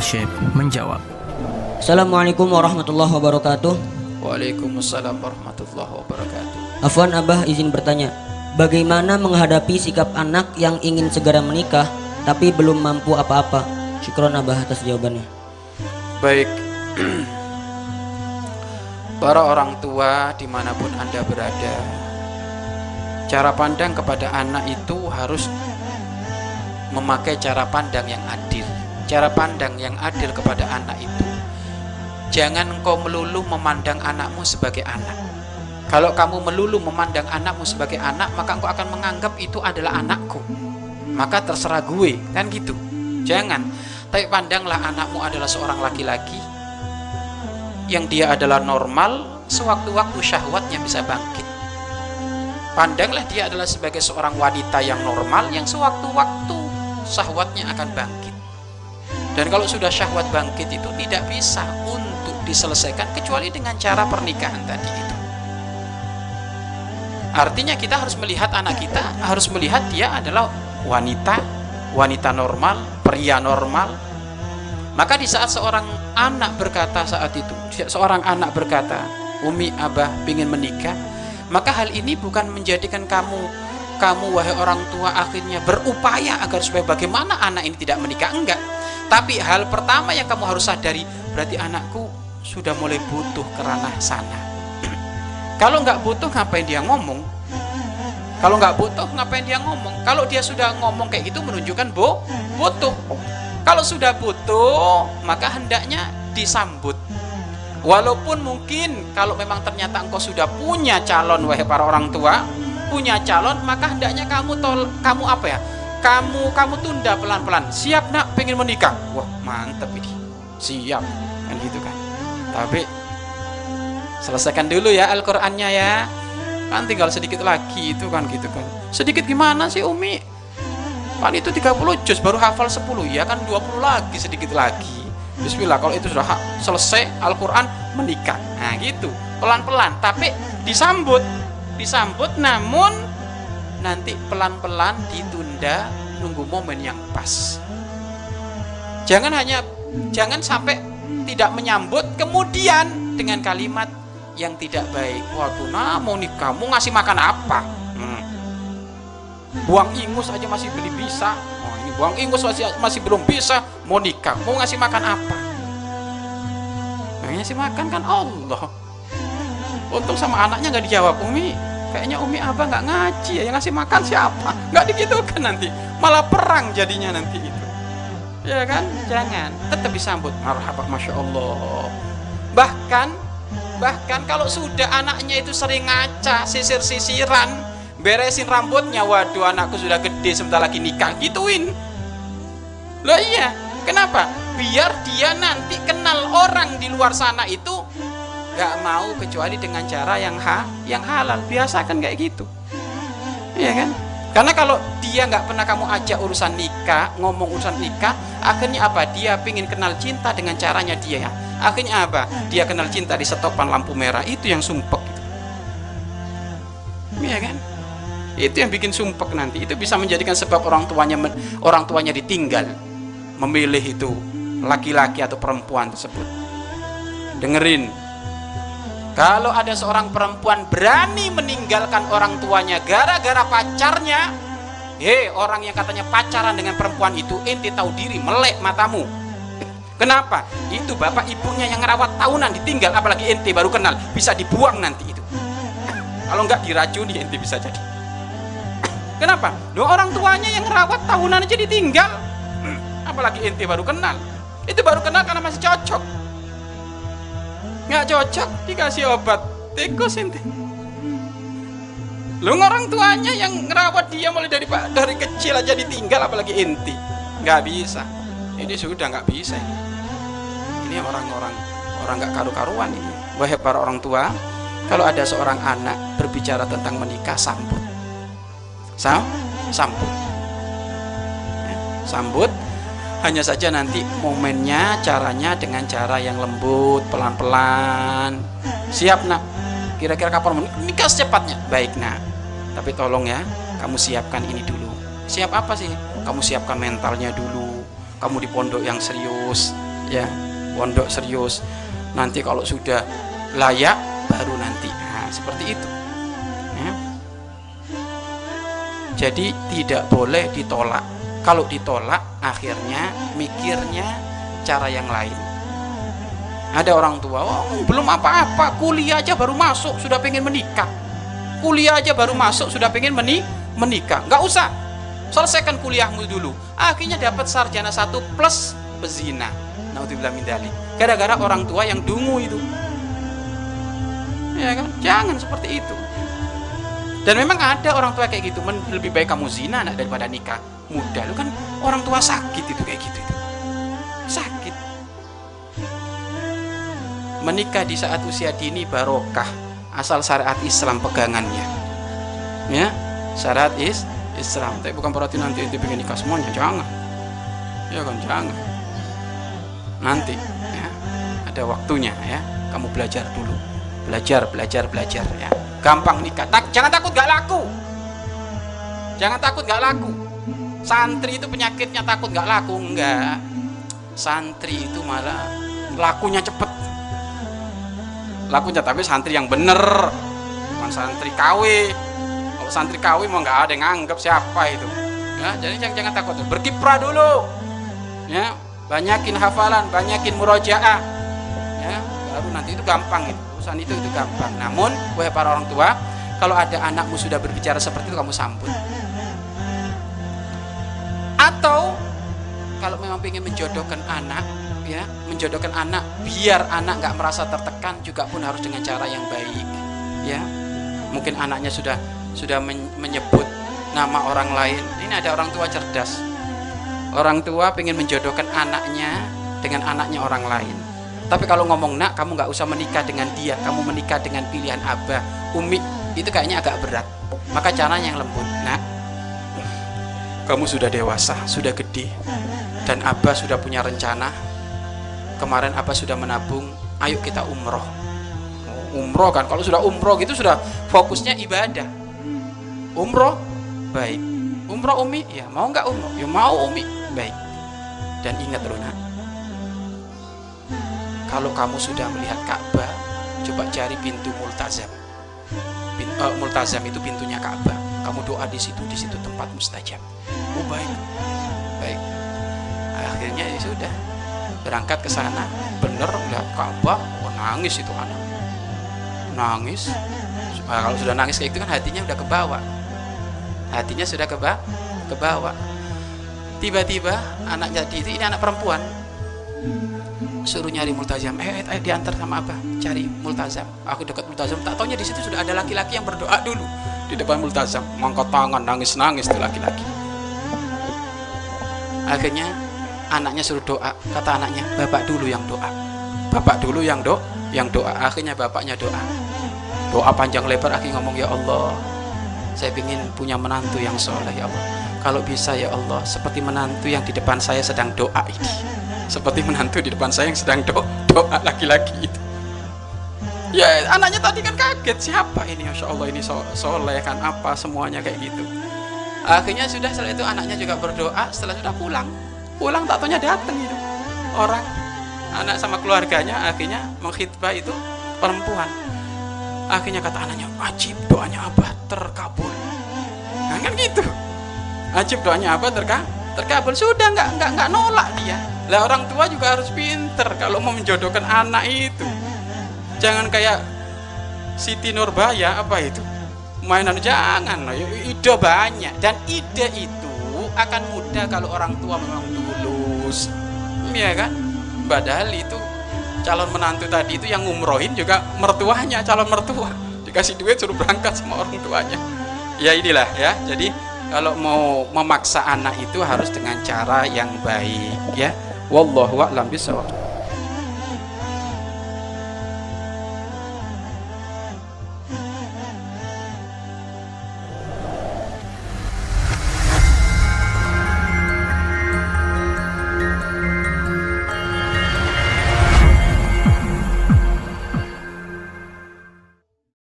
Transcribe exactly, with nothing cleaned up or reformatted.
Syekh menjawab. Assalamualaikum warahmatullahi wabarakatuh. Waalaikumsalam warahmatullahi wabarakatuh. Afwan Abah, izin bertanya, bagaimana menghadapi sikap anak yang ingin segera menikah tapi belum mampu apa-apa? Syukron Abah atas jawabannya. Baik. Para orang tua dimanapun Anda berada, cara pandang kepada anak itu harus memakai cara pandang yang adil. Cara pandang yang adil kepada anak itu, jangan engkau melulu memandang anakmu sebagai anak. Kalau kamu melulu memandang anakmu sebagai anak, maka engkau akan menganggap itu adalah anakku, maka terserah gue, kan gitu. Jangan. Tapi pandanglah anakmu adalah seorang laki-laki yang dia adalah normal, sewaktu-waktu syahwatnya bisa bangkit. Pandanglah dia adalah sebagai seorang wanita yang normal, yang sewaktu-waktu syahwatnya akan bangkit. Dan kalau sudah syahwat bangkit itu tidak bisa untuk diselesaikan kecuali dengan cara pernikahan tadi itu. Artinya kita harus melihat anak kita, harus melihat dia adalah wanita, wanita normal, pria normal. Maka di saat seorang anak berkata saat itu, seorang anak berkata, Umi, Abah ingin menikah, maka hal ini bukan menjadikan kamu, kamu wahai orang tua akhirnya berupaya agar supaya bagaimana anak ini tidak menikah, enggak. Tapi hal pertama yang kamu harus sadari, berarti anakku sudah mulai butuh ke ranah sana. Kalau nggak butuh, ngapain dia ngomong? Kalau nggak butuh, ngapain dia ngomong? Kalau dia sudah ngomong kayak gitu, menunjukkan bo, butuh. Kalau sudah butuh, maka hendaknya disambut. Walaupun mungkin kalau memang ternyata engkau sudah punya calon, wahai para orang tua, punya calon, maka hendaknya kamu tol, kamu apa ya? Kamu kamu tunda pelan-pelan. Siap nak, pengen menikah. Wah mantep ini. Siap, kan gitu kan. Tapi selesaikan dulu ya Al-Qur'annya ya. Kan tinggal sedikit lagi itu kan gitu kan. Sedikit gimana sih Umi? Kan itu tiga puluh juz baru hafal sepuluh, ya kan dua puluh lagi, sedikit lagi. Bismillah, kalau itu sudah selesai Al-Qur'an, menikah. Nah gitu, pelan-pelan tapi disambut. Disambut namun nanti pelan-pelan ditunda, nunggu momen yang pas. Jangan hanya jangan sampai tidak menyambut kemudian dengan kalimat yang tidak baik. Waduh, nah mau nikah, mau ngasih makan apa? Hmm. Buang ingus aja masih belum bisa. Oh, ini buang ingus masih masih belum bisa, mau nikah, mau ngasih makan apa? Nah, ngasih makan kan Allah. Untung sama anaknya nggak dijawab, Umi. Kayaknya Umi Abah nggak ngaji ya, yang ngasih makan siapa? Nggak digitukan nanti, malah perang jadinya nanti itu. Ya kan? Jangan, tetap disambut marhaba, masya Allah. Bahkan, bahkan kalau sudah anaknya itu sering ngaca, sisir-sisiran, beresin rambutnya, waduh anakku sudah gede, sebentar lagi nikah, gituin. Loh iya, kenapa? Biar dia nanti kenal orang di luar sana itu gak mau kecuali dengan cara yang ha, yang halal. Biasakan kayak gitu, iya kan? Karena kalau dia nggak pernah kamu ajak urusan nikah, ngomong urusan nikah, akhirnya apa? Dia pingin kenal cinta dengan caranya dia. Akhirnya apa? Dia kenal cinta di setopan lampu merah, itu yang sumpek, iya kan? Itu yang bikin sumpek nanti. Itu bisa menjadikan sebab orang tuanya orang tuanya ditinggal memilih itu laki-laki atau perempuan tersebut. Dengerin. Kalau ada seorang perempuan berani meninggalkan orang tuanya gara-gara pacarnya, hei orang yang katanya pacaran dengan perempuan itu, ente tahu diri, melek matamu. Kenapa? Itu bapak ibunya yang ngerawat tahunan ditinggal, apalagi ente baru kenal, bisa dibuang nanti itu. Kalau enggak diracuni ente bisa jadi. Kenapa? Loh, orang tuanya yang ngerawat tahunan aja ditinggal, apalagi ente baru kenal. Itu baru kenal karena masih cocok. Nggak cocok dikasih obat tikus ente. Lu orang tuanya yang ngerawat dia mulai dari dari kecil aja ditinggal, apalagi ente. Nggak bisa. Ini sudah nggak bisa ini. Ini orang-orang orang nggak karu-karuan ini. Wahai para orang tua, kalau ada seorang anak berbicara tentang menikah, sambut. Sam, sambut. Ya, sambut. Hanya saja nanti momennya, caranya dengan cara yang lembut, pelan-pelan. Siap nak, kira-kira kapan nikah secepatnya? Baik nak, tapi tolong ya, kamu siapkan ini dulu. Siap apa sih? Kamu siapkan mentalnya dulu. Kamu di pondok yang serius, ya, pondok serius. Nanti kalau sudah layak baru nanti. Nah, seperti itu. Ya. Jadi tidak boleh ditolak. Kalau ditolak, akhirnya mikirnya cara yang lain. Ada orang tua, oh, belum apa-apa, kuliah aja baru masuk sudah pengen menikah. Kuliah aja baru masuk sudah pengen meni menikah. Nggak usah, selesaikan kuliahmu dulu. Akhirnya dapat sarjana satu plus pezina. Naudzubillah min dzalik. Gara-gara orang tua yang dungu itu. Ya kan? Jangan seperti itu. Dan memang ada orang tua kayak gitu, lebih baik kamu zina nak daripada nikah muda. Lu kan orang tua sakit itu kayak gitu itu. Sakit. Menikah di saat usia dini barokah, asal syariat Islam pegangannya. Ya, syariat is Islam. Tapi bukan berarti nanti itu pengen nikah semuanya, jangan. Ya kan, jangan. Nanti ya, ada waktunya ya. Kamu belajar dulu. Belajar, belajar, belajar ya. Gampang nikah. Tak, jangan takut gak laku. Jangan takut gak laku. Santri itu penyakitnya takut gak laku, enggak. Santri itu malah lakunya cepet. Lakunya tapi santri yang bener, bukan santri K W. Kalau santri K W mau nggak ada yang nganggap siapa itu. Ya, jadi jangan, jangan takut. Berkiprah dulu. Ya, banyakin hafalan, banyakin murojaah. Ya, baru nanti itu gampang itu. Urusan itu itu gampang. Namun, wahai para orang tua, kalau ada anakmu sudah berbicara seperti itu, kamu sambut. Atau kalau memang ingin menjodohkan anak, ya, menjodohkan anak biar anak nggak merasa tertekan, juga pun harus dengan cara yang baik. Ya, mungkin anaknya sudah sudah men- menyebut nama orang lain. Ini ada orang tua cerdas. Orang tua pengen menjodohkan anaknya dengan anaknya orang lain. Tapi kalau ngomong, nak, kamu nggak usah menikah dengan dia, kamu menikah dengan pilihan abah, umi, itu kayaknya agak berat. Maka caranya yang lembut. Nak, kamu sudah dewasa, sudah gede, dan abah sudah punya rencana. Kemarin abah sudah menabung, ayo kita umroh. Umroh kan, kalau sudah umroh gitu sudah fokusnya ibadah. Umroh, baik. Umroh umi, ya mau nggak umroh? Ya mau umi, baik. Dan ingat loh nak, kalau kamu sudah melihat Ka'bah, coba cari pintu multazam. Pin, uh, multazam itu pintunya Ka'bah. Kamu doa di situ, di situ tempat mustajab. Oh baik, baik. Akhirnya ya sudah, berangkat ke sana, bener melihat Ka'bah, oh, nangis itu anak, nangis. Nah, kalau sudah nangis kayak itu kan hatinya udah kebawa, hatinya sudah keba, kebawa. Tiba-tiba anak jadi itu, ini anak perempuan, suruh nyari multazam. Eh, eh, diantar sama abah, cari multazam. Aku dekat multazam, tak taunya di situ sudah ada laki-laki yang berdoa dulu di depan multazam, mengangkat tangan, nangis-nangis tuh laki-laki. Akhirnya anaknya suruh doa, kata anaknya, bapak dulu yang doa, bapak dulu yang do, yang doa. Akhirnya bapaknya doa, doa panjang lebar. Akhirnya ngomong, ya Allah, saya ingin punya menantu yang soleh ya Allah. Kalau bisa ya Allah, seperti menantu yang di depan saya sedang doa ini, seperti menantu di depan saya yang sedang do, doa laki-laki itu. Ya anaknya tadi kan kaget, siapa ini, Masya Allah ini soleh kan, apa semuanya kayak gitu. Akhirnya sudah, setelah itu anaknya juga berdoa. Setelah sudah pulang, pulang tak taunya datang itu orang, anak sama keluarganya. Akhirnya mengkhitbah itu perempuan. Akhirnya kata anaknya, ajib doanya abah terkabul. Nah kan gitu, ajib doanya abah terka, terkabul. Sudah nggak nggak nggak nolak dia. Lah orang tua juga harus pinter kalau mau menjodohkan anak itu. Jangan kayak Siti Nurbaya apa itu, mainan, jangan. Ide banyak, dan ide itu akan mudah kalau orang tua memang tulus, ya kan. Padahal itu calon menantu tadi itu yang ngumrohin juga mertuanya, calon mertua, dikasih duit suruh berangkat sama orang tuanya. Ya inilah ya. Jadi kalau mau memaksa anak itu harus dengan cara yang baik ya. Wallahu a'lam bishawab.